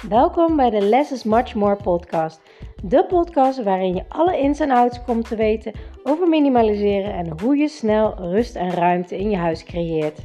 Welkom bij de Less is Much More podcast. De podcast waarin je alle ins en outs komt te weten over minimaliseren en hoe je snel rust en ruimte in je huis creëert.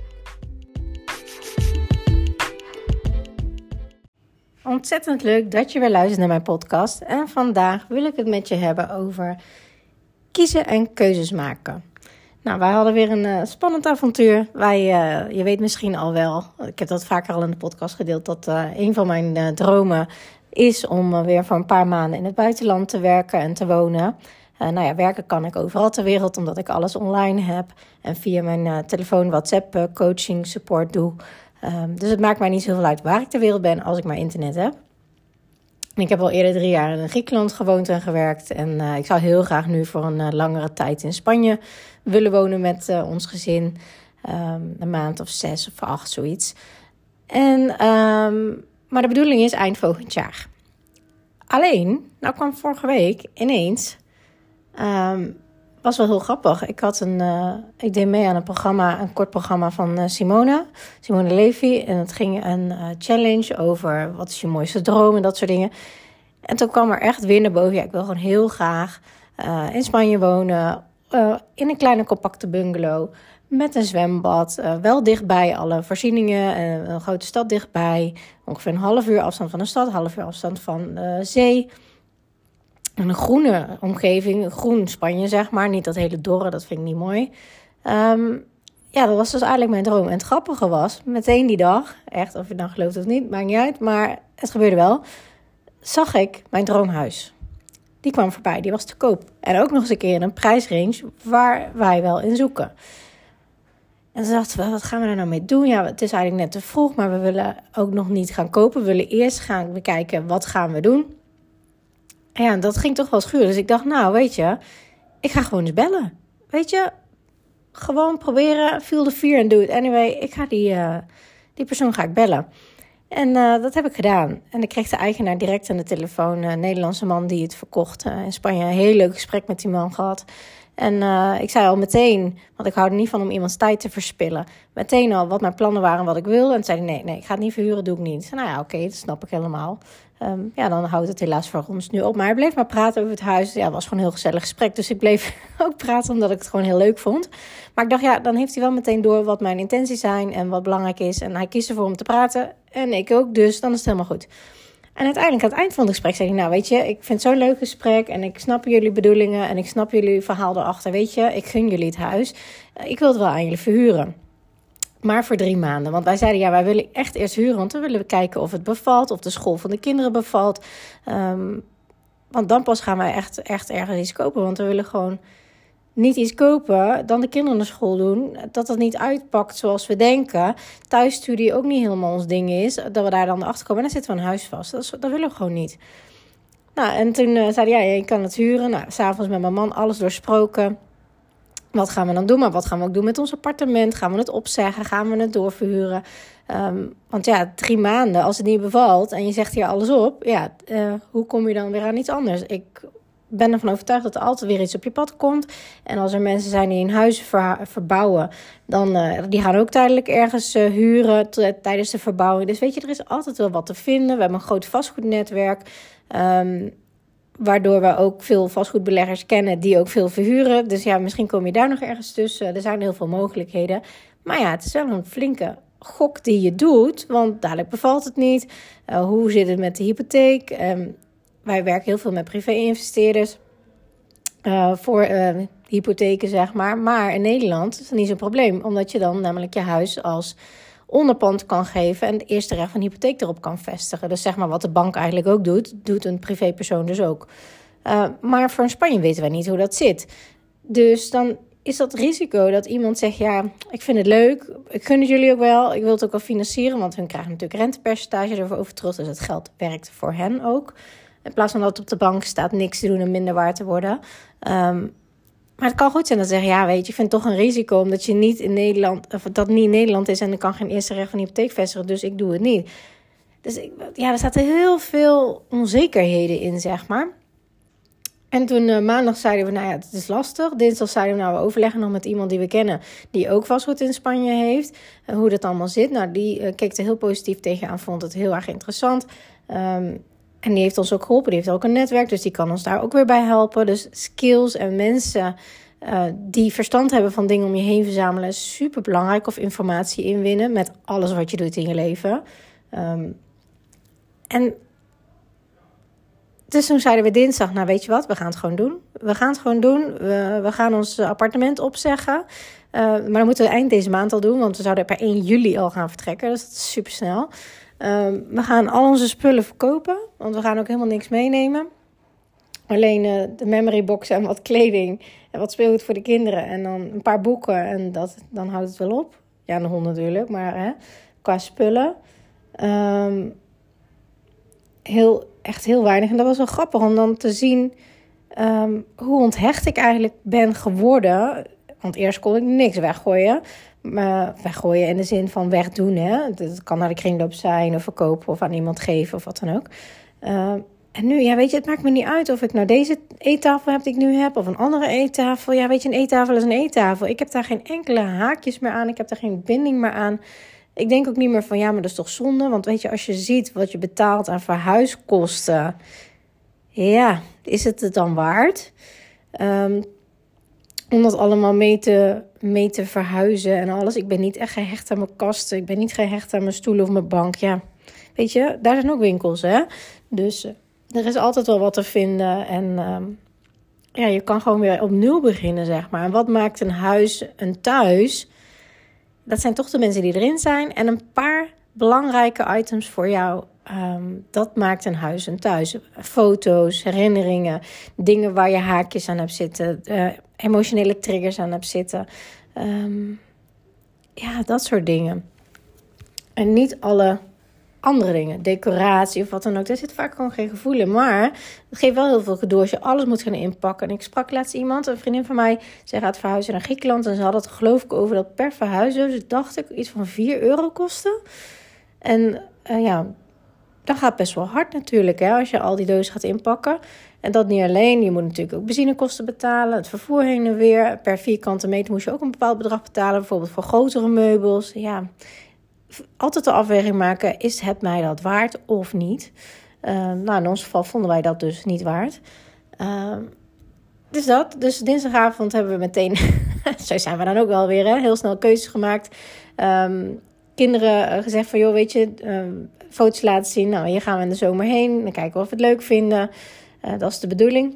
Ontzettend leuk dat je weer luistert naar mijn podcast. En vandaag wil ik het met je hebben over kiezen en keuzes maken. Nou, wij hadden weer een spannend avontuur. Je weet misschien al wel, ik heb dat vaker al in de podcast gedeeld, dat een van mijn dromen is om weer voor een paar maanden in het buitenland te werken en te wonen. Werken kan ik overal ter wereld, omdat ik alles online heb en via mijn telefoon, WhatsApp, coaching, support doe. Dus het maakt mij niet zoveel uit waar ik ter wereld ben als ik maar internet heb. Ik heb al eerder 3 jaar in Griekenland gewoond en gewerkt. En ik zou heel graag nu voor een langere tijd in Spanje willen wonen met ons gezin. Een maand of 6 of 8, zoiets. Maar de bedoeling is eind volgend jaar. Alleen, nou kwam vorige week ineens, was wel heel grappig. Ik deed mee aan een kort programma van Simone Levy. En het ging een challenge over wat is je mooiste droom en dat soort dingen. En toen kwam er echt weer naar boven. Ja, ik wil gewoon heel graag in Spanje wonen. In een kleine compacte bungalow. Met een zwembad. Wel dichtbij alle voorzieningen. Een grote stad dichtbij. Ongeveer een half uur afstand van de stad. Een half uur afstand van de zee. Een groene omgeving, een groen Spanje, zeg maar. Niet dat hele dorre, dat vind ik niet mooi. Dat was dus eigenlijk mijn droom. En het grappige was, meteen die dag, echt, of je het nou gelooft of niet, maakt niet uit, maar het gebeurde wel, zag ik mijn droomhuis. Die kwam voorbij, die was te koop. En ook nog eens een keer in een prijsrange waar wij wel in zoeken. En toen dachten we, wat gaan we er nou mee doen? Ja, het is eigenlijk net te vroeg, maar we willen ook nog niet gaan kopen. We willen eerst gaan bekijken, wat gaan we doen? Ja, dat ging toch wel schuren. Dus ik dacht, nou, weet je, ik ga gewoon eens bellen. Weet je, gewoon proberen, feel the fear and do it anyway. Ik ga die persoon ga ik bellen. En dat heb ik gedaan. En ik kreeg de eigenaar direct aan de telefoon, een Nederlandse man die het verkocht in Spanje. Een heel leuk gesprek met die man gehad. En ik zei al meteen, want ik hou er niet van om iemands tijd te verspillen. Meteen al wat mijn plannen waren en wat ik wilde. En toen zei hij, nee, ik ga het niet verhuren, doe ik niet. Ik zei, nou ja, oké, dat snap ik helemaal. Dan houdt het helaas voor ons nu op. Maar hij bleef maar praten over het huis. Ja, het was gewoon een heel gezellig gesprek. Dus ik bleef ook praten omdat ik het gewoon heel leuk vond. Maar ik dacht, ja, dan heeft hij wel meteen door wat mijn intenties zijn en wat belangrijk is. En hij kiest ervoor om te praten. En ik ook, dus dan is het helemaal goed. En uiteindelijk aan het eind van het gesprek zei hij, nou weet je, ik vind het zo'n leuk gesprek en ik snap jullie bedoelingen en ik snap jullie verhaal erachter. Weet je, ik gun jullie het huis. Ik wil het wel aan jullie verhuren. Maar voor 3 maanden. Want wij zeiden, ja, wij willen echt eerst huren. Want dan willen we kijken of het bevalt. Of de school van de kinderen bevalt. Want dan pas gaan wij echt ergens iets kopen. Want we willen gewoon niet iets kopen. Dan de kinderen naar school doen. Dat het niet uitpakt zoals we denken. Thuisstudie ook niet helemaal ons ding is. Dat we daar dan achter komen. En dan zitten we aan huis vast. Dat willen we gewoon niet. Nou, en toen zei hij, ja, je kan het huren. Nou, 's avonds met mijn man alles doorsproken. Wat gaan we dan doen? Maar wat gaan we ook doen met ons appartement? Gaan we het opzeggen? Gaan we het doorverhuren? Want ja, 3 maanden, als het niet bevalt en je zegt hier alles op, ja, hoe kom je dan weer aan iets anders? Ik ben ervan overtuigd dat er altijd weer iets op je pad komt. En als er mensen zijn die een huis verbouwen, dan die gaan ook tijdelijk ergens huren tijdens de verbouwing. Dus weet je, er is altijd wel wat te vinden. We hebben een groot vastgoednetwerk. Waardoor we ook veel vastgoedbeleggers kennen die ook veel verhuren. Dus ja, misschien kom je daar nog ergens tussen. Er zijn heel veel mogelijkheden. Maar ja, het is wel een flinke gok die je doet. Want dadelijk bevalt het niet. Hoe zit het met de hypotheek? Wij werken heel veel met privé-investeerders. Voor hypotheken, zeg maar. Maar in Nederland is dat niet zo'n probleem. Omdat je dan namelijk je huis als onderpand kan geven en de eerste recht van hypotheek erop kan vestigen. Dus zeg maar wat de bank eigenlijk ook doet een privépersoon dus ook. Maar voor Spanje weten wij niet hoe dat zit. Dus dan is dat risico dat iemand zegt, ja, ik vind het leuk, ik gun het jullie ook wel, ik wil het ook wel financieren, want hun krijgen natuurlijk rentepercentage erover terug, dus het geld werkt voor hen ook. In plaats van dat het op de bank staat niks te doen en minder waard te worden. Maar het kan goed zijn dat ze zeggen, ja, weet je, ik vind het toch een risico omdat je niet in Nederland, of dat niet in Nederland is en dan kan geen eerste recht van hypotheek vestigen, dus ik doe het niet. Dus er zaten heel veel onzekerheden in, zeg maar. En toen maandag zeiden we, nou ja, het is lastig. Dinsdag zeiden we, nou, we overleggen nog met iemand die we kennen, die ook vastgoed in Spanje heeft. Hoe dat allemaal zit. Nou, die keek er heel positief tegenaan, vond het heel erg interessant. En die heeft ons ook geholpen. Die heeft ook een netwerk, dus die kan ons daar ook weer bij helpen. Dus skills en mensen die verstand hebben van dingen om je heen verzamelen is super belangrijk. Of informatie inwinnen met alles wat je doet in je leven. En dus toen zeiden we dinsdag, nou weet je wat, we gaan het gewoon doen. We gaan ons appartement opzeggen. Maar dan moeten we eind deze maand al doen, want we zouden per 1 juli al gaan vertrekken. Dus dat is super snel. We gaan al onze spullen verkopen, want we gaan ook helemaal niks meenemen. Alleen de memory box en wat kleding en wat speelgoed voor de kinderen. En dan een paar boeken en dan houdt het wel op. Ja, en de hond natuurlijk, maar qua spullen. Echt heel weinig. En dat was wel grappig om dan te zien hoe onthecht ik eigenlijk ben geworden. Want eerst kon ik niks weggooien. Maar weggooien in de zin van wegdoen. Hè? Dat kan naar de kringloop zijn of verkopen of aan iemand geven of wat dan ook. En nu, ja, weet je, het maakt me niet uit of ik nou deze eettafel heb die ik nu heb of een andere eettafel. Ja, weet je, een eettafel is een eettafel. Ik heb daar geen enkele haakjes meer aan. Ik heb daar geen binding meer aan. Ik denk ook niet meer van, ja, maar dat is toch zonde? Want weet je, als je ziet wat je betaalt aan verhuiskosten, ja, is het dan waard? Om dat allemaal mee te verhuizen en alles. Ik ben niet echt gehecht aan mijn kasten. Ik ben niet gehecht aan mijn stoel of mijn bank. Ja, weet je, daar zijn ook winkels, hè? Dus er is altijd wel wat te vinden. En ja, je kan gewoon weer op nul beginnen, zeg maar. En wat maakt een huis een thuis? Dat zijn toch de mensen die erin zijn. En een paar belangrijke items voor jou. Dat maakt een huis een thuis. Foto's, herinneringen, dingen waar je haakjes aan hebt zitten. Emotionele triggers aan hebt zitten. Ja, dat soort dingen. En niet alle andere dingen. Decoratie of wat dan ook. Daar zit vaak gewoon geen gevoel in. Maar het geeft wel heel veel gedoe als je alles moet gaan inpakken. En ik sprak laatst iemand, een vriendin van mij. Zij gaat verhuizen naar Griekenland. En ze had het geloof ik over dat per verhuizen. Dus dacht ik iets van €4 kosten. En ja, dat gaat best wel hard natuurlijk. Hè, als je al die dozen gaat inpakken. En dat niet alleen. Je moet natuurlijk ook benzinekosten betalen. Het vervoer heen en weer. Per vierkante meter moest je ook een bepaald bedrag betalen. Bijvoorbeeld voor grotere meubels. Ja, altijd de afweging maken. Is het mij dat waard of niet? Nou, in ons geval vonden wij dat dus niet waard. Dus dat. Dus dinsdagavond hebben we meteen... zo zijn we dan ook wel weer. Hè, heel snel keuzes gemaakt. Kinderen gezegd van... joh, weet je... foto's laten zien. Nou, hier gaan we in de zomer heen. Dan kijken we of we het leuk vinden. Dat is de bedoeling.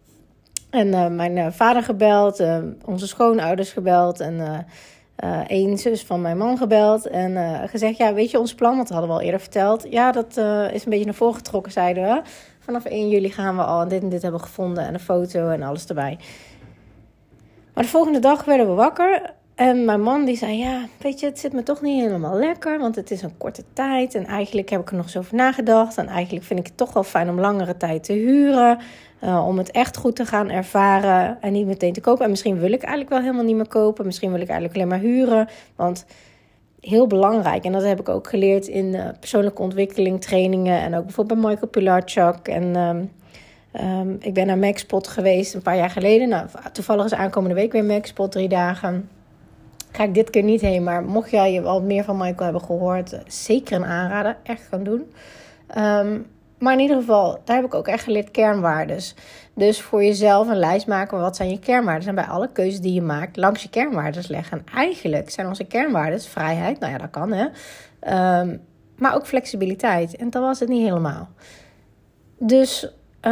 En mijn vader gebeld. Onze schoonouders gebeld. En één zus van mijn man gebeld. En gezegd, ja, weet je ons plan? Want dat hadden we al eerder verteld. Ja, dat is een beetje naar voren getrokken, zeiden we. Vanaf 1 juli gaan we al dit en dit hebben gevonden. En een foto en alles erbij. Maar de volgende dag werden we wakker. En mijn man die zei, ja, weet je, het zit me toch niet helemaal lekker. Want het is een korte tijd. En eigenlijk heb ik er nog eens over nagedacht. En eigenlijk vind ik het toch wel fijn om langere tijd te huren. Om het echt goed te gaan ervaren. En niet meteen te kopen. En misschien wil ik eigenlijk wel helemaal niet meer kopen. Misschien wil ik eigenlijk alleen maar huren. Want heel belangrijk. En dat heb ik ook geleerd in persoonlijke ontwikkeling, trainingen. En ook bijvoorbeeld bij Michael Pilarchuk. En ik ben naar Maxpot geweest een paar jaar geleden. Nou, toevallig is aankomende week weer Maxpot 3 dagen. Ga ik dit keer niet heen, maar mocht jij al meer van Michael hebben gehoord, zeker een aanrader, echt gaan doen. Maar in ieder geval, daar heb ik ook echt geleerd kernwaardes. Dus voor jezelf een lijst maken, wat zijn je kernwaarden? En bij alle keuzes die je maakt, langs je kernwaardes leggen. En eigenlijk zijn onze kernwaardes vrijheid, nou ja, dat kan hè. Maar ook flexibiliteit. En dat was het niet helemaal. Dus...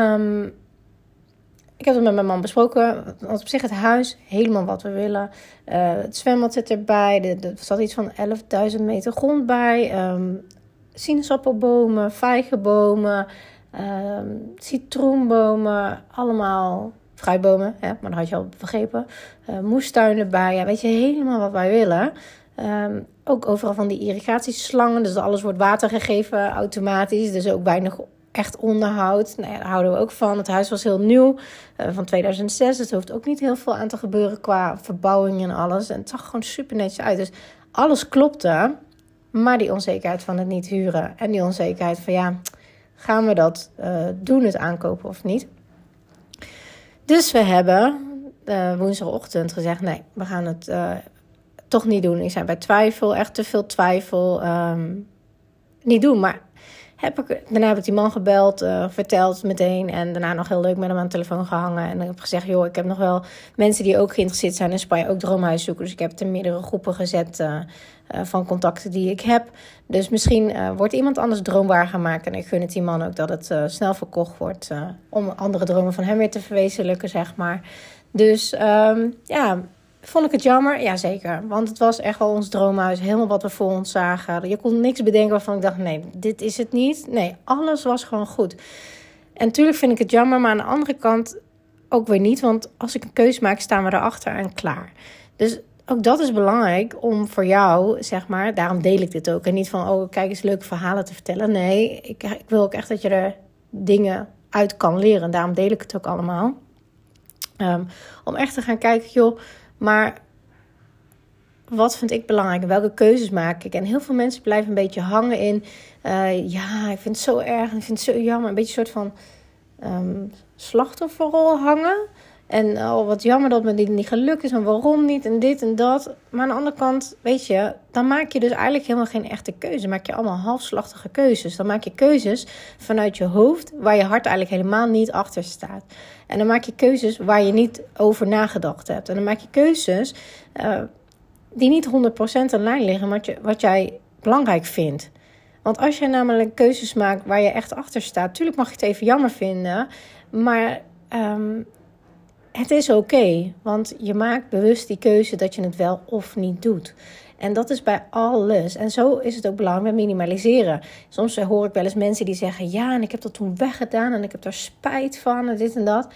ik heb het met mijn man besproken. Want op zich het huis, helemaal wat we willen. Het zwembad zit erbij. Er zat iets van 11.000 meter grond bij. Sinaasappelbomen, vijgenbomen, citroenbomen. Allemaal fruitbomen, hè, maar dat had je al begrepen. Moestuin erbij. Ja, weet je, helemaal wat wij willen. Ook overal van die irrigatieslangen. Dus alles wordt water gegeven automatisch. Dus ook weinig echt onderhoud. Nou ja, daar houden we ook van. Het huis was heel nieuw, van 2006. Dus er hoeft ook niet heel veel aan te gebeuren qua verbouwing en alles. En het zag gewoon super netjes uit. Dus alles klopte. Maar die onzekerheid van het niet huren. En die onzekerheid van ja, gaan we dat doen, het aankopen of niet? Dus we hebben woensdagochtend gezegd, nee, we gaan het toch niet doen. Ik zei bij twijfel, echt te veel twijfel, niet doen. Maar Daarna heb ik die man gebeld, verteld meteen. En daarna nog heel leuk met hem aan de telefoon gehangen. En ik heb gezegd, joh, ik heb nog wel mensen die ook geïnteresseerd zijn in Spanje, ook droomhuis zoeken. Dus ik heb het in meerdere groepen gezet van contacten die ik heb. Dus misschien wordt iemand anders droombaar gaan maken. En ik gun het die man ook dat het snel verkocht wordt. Om andere dromen van hem weer te verwezenlijken, zeg maar. Dus vond ik het jammer? Jazeker. Want het was echt wel ons droomhuis. Helemaal wat we voor ons zagen. Je kon niks bedenken waarvan ik dacht, nee, dit is het niet. Nee, alles was gewoon goed. En natuurlijk vind ik het jammer, maar aan de andere kant ook weer niet. Want als ik een keuze maak, staan we erachter en klaar. Dus ook dat is belangrijk om voor jou, zeg maar, daarom deel ik dit ook. En niet van, oh, kijk eens leuke verhalen te vertellen. Nee, ik wil ook echt dat je er dingen uit kan leren. Daarom deel ik het ook allemaal. Om echt te gaan kijken, joh, maar wat vind ik belangrijk? Welke keuzes maak ik? En heel veel mensen blijven een beetje hangen in, ik vind het zo erg en ik vind het zo jammer. Een beetje een soort van slachtofferrol hangen. En wat jammer dat me dit niet gelukt is en waarom niet en dit en dat. Maar aan de andere kant, weet je, dan maak je dus eigenlijk helemaal geen echte keuze. Dan maak je allemaal halfslachtige keuzes. Dan maak je keuzes vanuit je hoofd waar je hart eigenlijk helemaal niet achter staat. En dan maak je keuzes waar je niet over nagedacht hebt. En dan maak je keuzes die niet 100% in lijn liggen met wat jij belangrijk vindt. Want als je namelijk keuzes maakt waar je echt achter staat, natuurlijk mag je het even jammer vinden, maar het is oké, want je maakt bewust die keuze dat je het wel of niet doet. En dat is bij alles. En zo is het ook belangrijk met minimaliseren. Soms hoor ik wel eens mensen die zeggen, ja, en ik heb dat toen weggedaan en ik heb daar spijt van en dit en dat.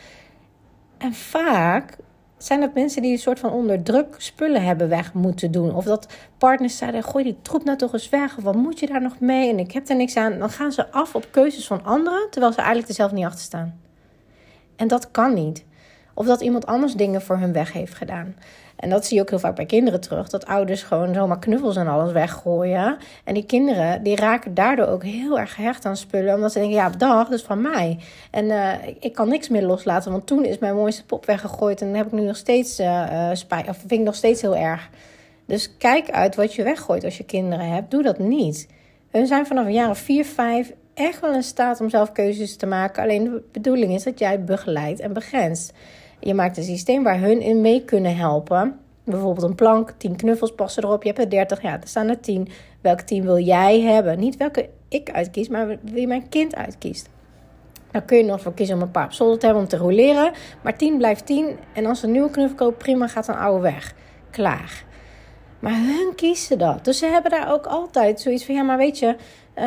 En vaak zijn dat mensen die een soort van onder druk spullen hebben weg moeten doen. Of dat partners zeiden, gooi die troep nou toch eens weg. Of wat moet je daar nog mee? En ik heb er niks aan. Dan gaan ze af op keuzes van anderen, terwijl ze eigenlijk er zelf niet achter staan. En dat kan niet. Of dat iemand anders dingen voor hun weg heeft gedaan. En dat zie je ook heel vaak bij kinderen terug. Dat ouders gewoon zomaar knuffels en alles weggooien. En die kinderen die raken daardoor ook heel erg gehecht aan spullen. Omdat ze denken, ja, dag, dat is van mij. En ik kan niks meer loslaten. Want toen is mijn mooiste pop weggegooid. En dan heb ik nu nog steeds spijt. Of vind ik nog steeds heel erg. Dus kijk uit wat je weggooit als je kinderen hebt. Doe dat niet. Hun zijn vanaf een jaar of 4, 5 echt wel in staat om zelf keuzes te maken. Alleen de bedoeling is dat jij begeleidt en begrenst. Je maakt een systeem waar hun in mee kunnen helpen. Bijvoorbeeld een plank, 10 knuffels passen erop. Je hebt er 30, ja, er staan er 10. Welke 10 wil jij hebben? Niet welke ik uitkies, maar wie mijn kind uitkiest. Dan kun je nog voor kiezen om een paar op zolder te hebben om te roleren. Maar 10 blijft 10. En als ze een nieuwe knuffel koopt, prima, gaat een oude weg. Klaar. Maar hun kiezen dat. Dus ze hebben daar ook altijd zoiets van, ja, maar weet je,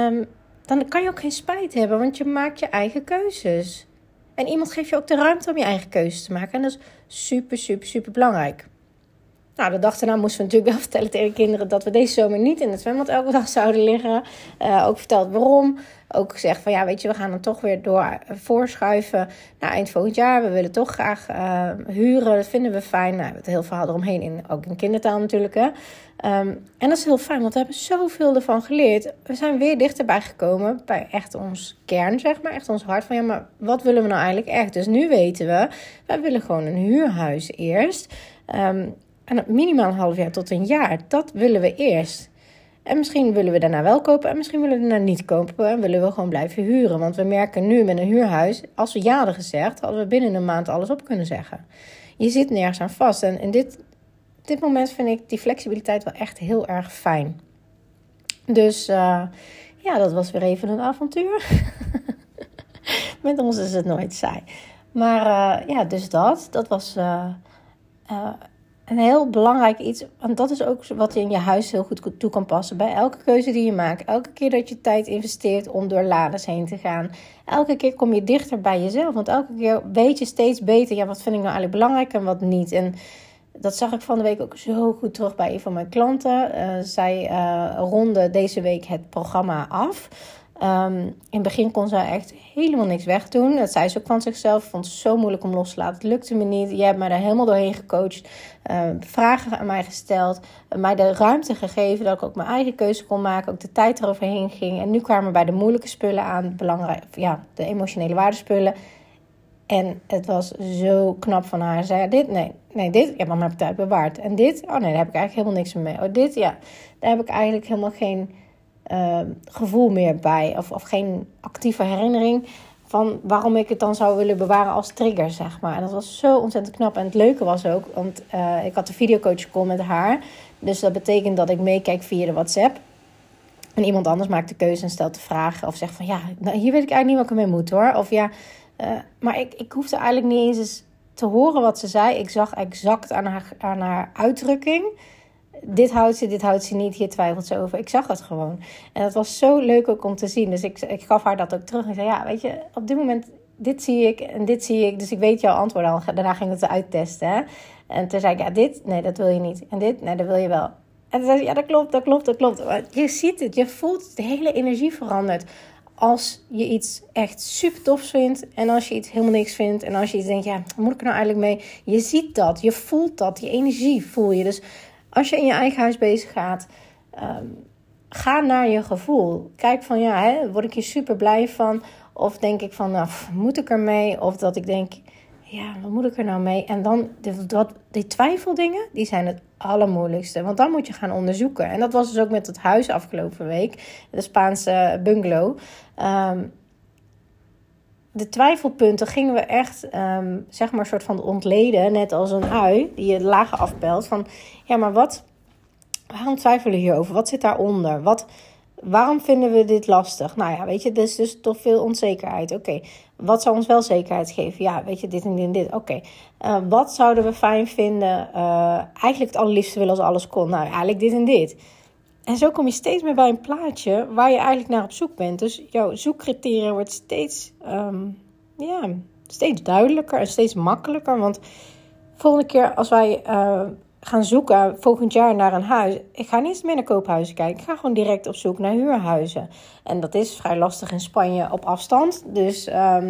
dan kan je ook geen spijt hebben, want je maakt je eigen keuzes. En iemand geeft je ook de ruimte om je eigen keuzes te maken. En dat is super, super, super belangrijk. Nou, de dag daarna moesten we natuurlijk wel vertellen tegen de kinderen dat we deze zomer niet in het zwembad elke dag zouden liggen. Ook verteld waarom. Ook gezegd van, ja, weet je, we gaan dan toch weer voorschuiven naar eind volgend jaar. We willen toch graag huren. Dat vinden we fijn. Nou, het heel verhaal eromheen, ook in kindertaal natuurlijk, hè. En dat is heel fijn, want we hebben zoveel ervan geleerd. We zijn weer dichterbij gekomen bij echt ons kern, zeg maar. Echt ons hart van, ja, maar wat willen we nou eigenlijk echt? Dus nu weten we, wij willen gewoon een huurhuis eerst. En minimaal een half jaar tot een jaar. Dat willen we eerst. En misschien willen we daarna wel kopen en misschien willen we daarna niet kopen. En willen we gewoon blijven huren. Want we merken nu met een huurhuis, als we ja hadden gezegd, hadden we binnen een maand alles op kunnen zeggen. Je zit nergens aan vast. En in dit moment vind ik die flexibiliteit wel echt heel erg fijn. Dus dat was weer even een avontuur. Met ons is het nooit saai. Maar dus dat was een heel belangrijk iets. Want dat is ook wat in je huis heel goed toe kan passen. Bij elke keuze die je maakt. Elke keer dat je tijd investeert om door lades heen te gaan. Elke keer kom je dichter bij jezelf. Want elke keer weet je steeds beter, ja, wat vind ik nou eigenlijk belangrijk en wat niet. En dat zag ik van de week ook zo goed terug bij een van mijn klanten. Zij ronde deze week het programma af. In het begin kon ze echt helemaal niks wegdoen. Dat zei ze ook van zichzelf. Vond het zo moeilijk om los te laten. Het lukte me niet. Jij hebt mij daar helemaal doorheen gecoacht. Vragen aan mij gesteld. Mij de ruimte gegeven dat ik ook mijn eigen keuze kon maken. Ook de tijd eroverheen ging. En nu kwamen we bij de moeilijke spullen aan. De emotionele waardespullen. En het was zo knap van haar. Ze zei, dit, ja, maar mijn tijd bewaard. En dit, daar heb ik eigenlijk helemaal niks mee. Oh, dit, ja, daar heb ik eigenlijk helemaal geen gevoel meer bij. Of geen actieve herinnering van waarom ik het dan zou willen bewaren als trigger, zeg maar. En dat was zo ontzettend knap. En het leuke was ook, want ik had de videocoach call met haar. Dus dat betekent dat ik meekijk via de WhatsApp. En iemand anders maakt de keuze en stelt de vraag. Of zegt van ja, nou, hier weet ik eigenlijk niet wat ik ermee moet hoor. Of ja, maar ik hoefde eigenlijk niet eens te horen wat ze zei. Ik zag exact aan haar uitdrukking. Dit houdt ze niet, hier twijfelt ze over. Ik zag het gewoon. En dat was zo leuk ook om te zien. Dus ik gaf haar dat ook terug. Ik zei, ja, weet je, op dit moment, dit zie ik en dit zie ik. Dus ik weet jouw antwoord al. Daarna ging het uittesten. Hè? En toen zei ik, ja, dit, nee, dat wil je niet. En dit, nee, dat wil je wel. En toen zei ze, ja, dat klopt. Je ziet het, je voelt het, de hele energie verandert. Als je iets echt super tof vindt en als je iets helemaal niks vindt. En als je iets denkt, ja, wat moet ik er nou eigenlijk mee? Je ziet dat, je voelt dat, die energie voel je. Dus als je in je eigen huis bezig gaat, ga naar je gevoel. Kijk van, ja, word ik hier super blij van? Of denk ik van, nou, moet ik ermee? Of dat ik denk, ja, wat moet ik er nou mee? En dan, die twijfeldingen, die zijn het allermoeilijkste. Want dan moet je gaan onderzoeken. En dat was dus ook met het huis afgelopen week. De Spaanse bungalow. De twijfelpunten gingen we echt, zeg maar, een soort van ontleden. Net als een ui die je lagen afpelt. Van, ja, maar waarom twijfelen we hierover? Wat zit daaronder? Waarom vinden we dit lastig? Nou ja, weet je, er is dus toch veel onzekerheid. Oké, wat zou ons wel zekerheid geven? Ja, weet je, dit en dit en dit. Oké, wat zouden we fijn vinden? Eigenlijk het allerliefste willen als alles kon. Nou, eigenlijk dit en dit. En zo kom je steeds meer bij een plaatje waar je eigenlijk naar op zoek bent. Dus jouw zoekcriteria wordt steeds duidelijker en steeds makkelijker. Want volgende keer als wij gaan zoeken volgend jaar naar een huis. Ik ga niet eens meer naar koophuizen kijken. Ik ga gewoon direct op zoek naar huurhuizen. En dat is vrij lastig in Spanje op afstand. Dus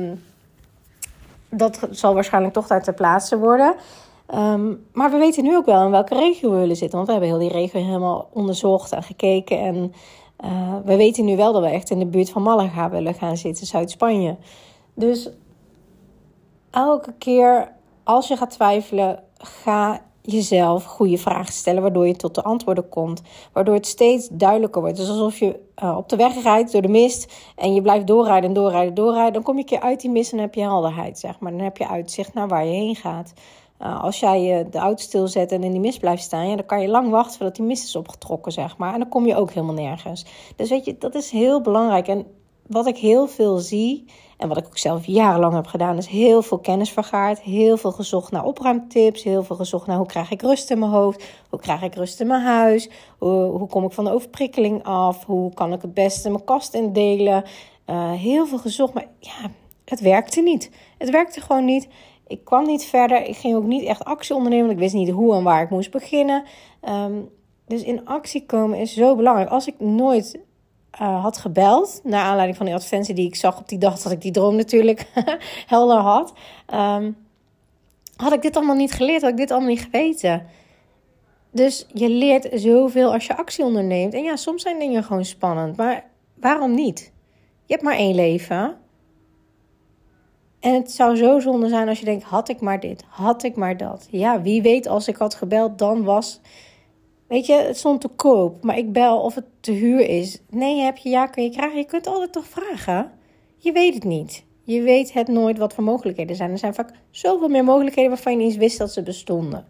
dat zal waarschijnlijk toch daar ter plaatse worden. Maar we weten nu ook wel in welke regio we willen zitten. Want we hebben heel die regio helemaal onderzocht en gekeken. En we weten nu wel dat we echt in de buurt van Malaga willen gaan zitten. Zuid-Spanje. Dus elke keer als je gaat twijfelen, ga jezelf goede vragen stellen, waardoor je tot de antwoorden komt. Waardoor het steeds duidelijker wordt. Dus alsof je op de weg rijdt door de mist en je blijft doorrijden. Dan kom je een keer uit die mist en dan heb je helderheid, zeg maar. Dan heb je uitzicht naar waar je heen gaat. Als jij de auto stilzet en in die mist blijft staan, ja, dan kan je lang wachten voordat die mist is opgetrokken, zeg maar. En dan kom je ook helemaal nergens. Dus weet je, dat is heel belangrijk. En wat ik heel veel zie, en wat ik ook zelf jarenlang heb gedaan, is heel veel kennis vergaard. Heel veel gezocht naar opruimtips. Heel veel gezocht naar hoe krijg ik rust in mijn hoofd. Hoe krijg ik rust in mijn huis. Hoe kom ik van de overprikkeling af. Hoe kan ik het beste mijn kast indelen. Heel veel gezocht, maar ja, het werkte niet. Het werkte gewoon niet. Ik kwam niet verder. Ik ging ook niet echt actie ondernemen. Want ik wist niet hoe en waar ik moest beginnen. Dus in actie komen is zo belangrijk. Als ik nooit had gebeld, naar aanleiding van die advertentie die ik zag op die dag dat ik die droom natuurlijk helder had, had ik dit allemaal niet geleerd, had ik dit allemaal niet geweten. Dus je leert zoveel als je actie onderneemt. En ja, soms zijn dingen gewoon spannend, maar waarom niet? Je hebt maar 1 leven. En het zou zo zonde zijn als je denkt, had ik maar dit, had ik maar dat. Ja, wie weet, als ik had gebeld, dan was, weet je, het stond te koop, maar ik bel of het te huur is. Nee, heb je, ja, kun je krijgen. Je kunt altijd toch vragen. Je weet het niet. Je weet het nooit wat voor mogelijkheden zijn. Er zijn vaak zoveel meer mogelijkheden waarvan je niet eens wist dat ze bestonden.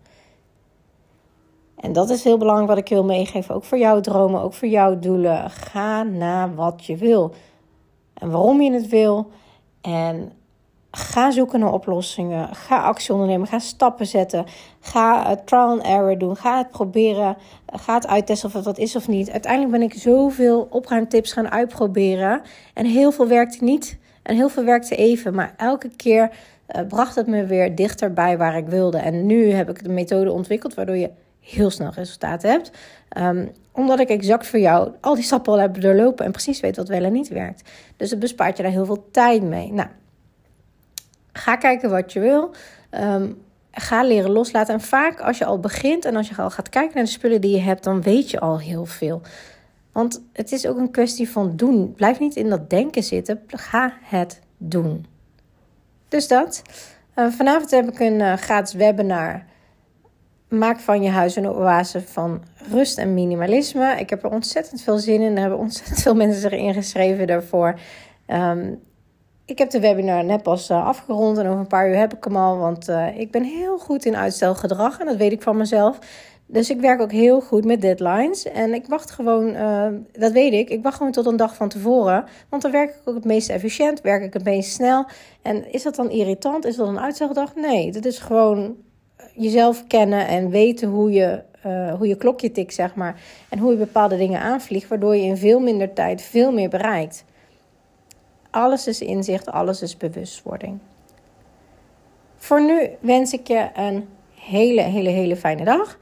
En dat is heel belangrijk wat ik je wil meegeven. Ook voor jouw dromen, ook voor jouw doelen. Ga naar wat je wil. En waarom je het wil. En ga zoeken naar oplossingen. Ga actie ondernemen. Ga stappen zetten. Ga trial and error doen. Ga het proberen. Ga het uittesten of het wat is of niet. Uiteindelijk ben ik zoveel opruimtips gaan uitproberen. En heel veel werkte niet. En heel veel werkte even. Maar elke keer bracht het me weer dichterbij waar ik wilde. En nu heb ik de methode ontwikkeld waardoor je heel snel resultaat hebt. Omdat ik exact voor jou al die stappen al heb doorlopen. En precies weet wat wel en niet werkt. Dus het bespaart je daar heel veel tijd mee. Nou, ga kijken wat je wil. Ga leren loslaten. En vaak als je al begint en als je al gaat kijken naar de spullen die je hebt, dan weet je al heel veel. Want het is ook een kwestie van doen. Blijf niet in dat denken zitten. Ga het doen. Dus dat. Vanavond heb ik een gratis webinar maak van je huis een oase van rust en minimalisme. Ik heb er ontzettend veel zin in. Er hebben ontzettend veel mensen zich ingeschreven daarvoor. Ik heb de webinar net pas afgerond en over een paar uur heb ik hem al. Want ik ben heel goed in uitstelgedrag en dat weet ik van mezelf. Dus ik werk ook heel goed met deadlines. En ik wacht gewoon, dat weet ik, ik wacht gewoon tot een dag van tevoren. Want dan werk ik ook het meest efficiënt, werk ik het meest snel. En is dat dan irritant? Is dat een uitstelgedrag? Nee, dat is gewoon jezelf kennen en weten hoe je klokje tikt, zeg maar. En hoe je bepaalde dingen aanvliegt, waardoor je in veel minder tijd veel meer bereikt. Alles is inzicht, alles is bewustwording. Voor nu wens ik je een hele fijne dag.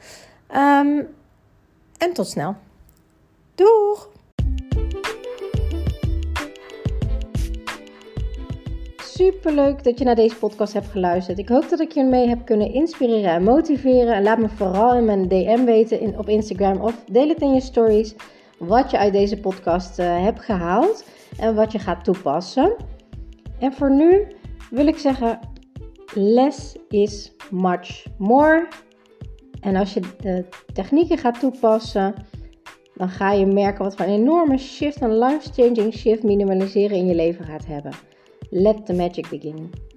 En tot snel. Doeg! Superleuk dat je naar deze podcast hebt geluisterd. Ik hoop dat ik je mee heb kunnen inspireren en motiveren. En laat me vooral in mijn DM weten op Instagram of deel het in je stories wat je uit deze podcast hebt gehaald en wat je gaat toepassen. En voor nu wil ik zeggen, less is much more. En als je de technieken gaat toepassen, dan ga je merken wat voor een enorme shift, een life-changing shift minimaliseren in je leven gaat hebben. Let the magic begin.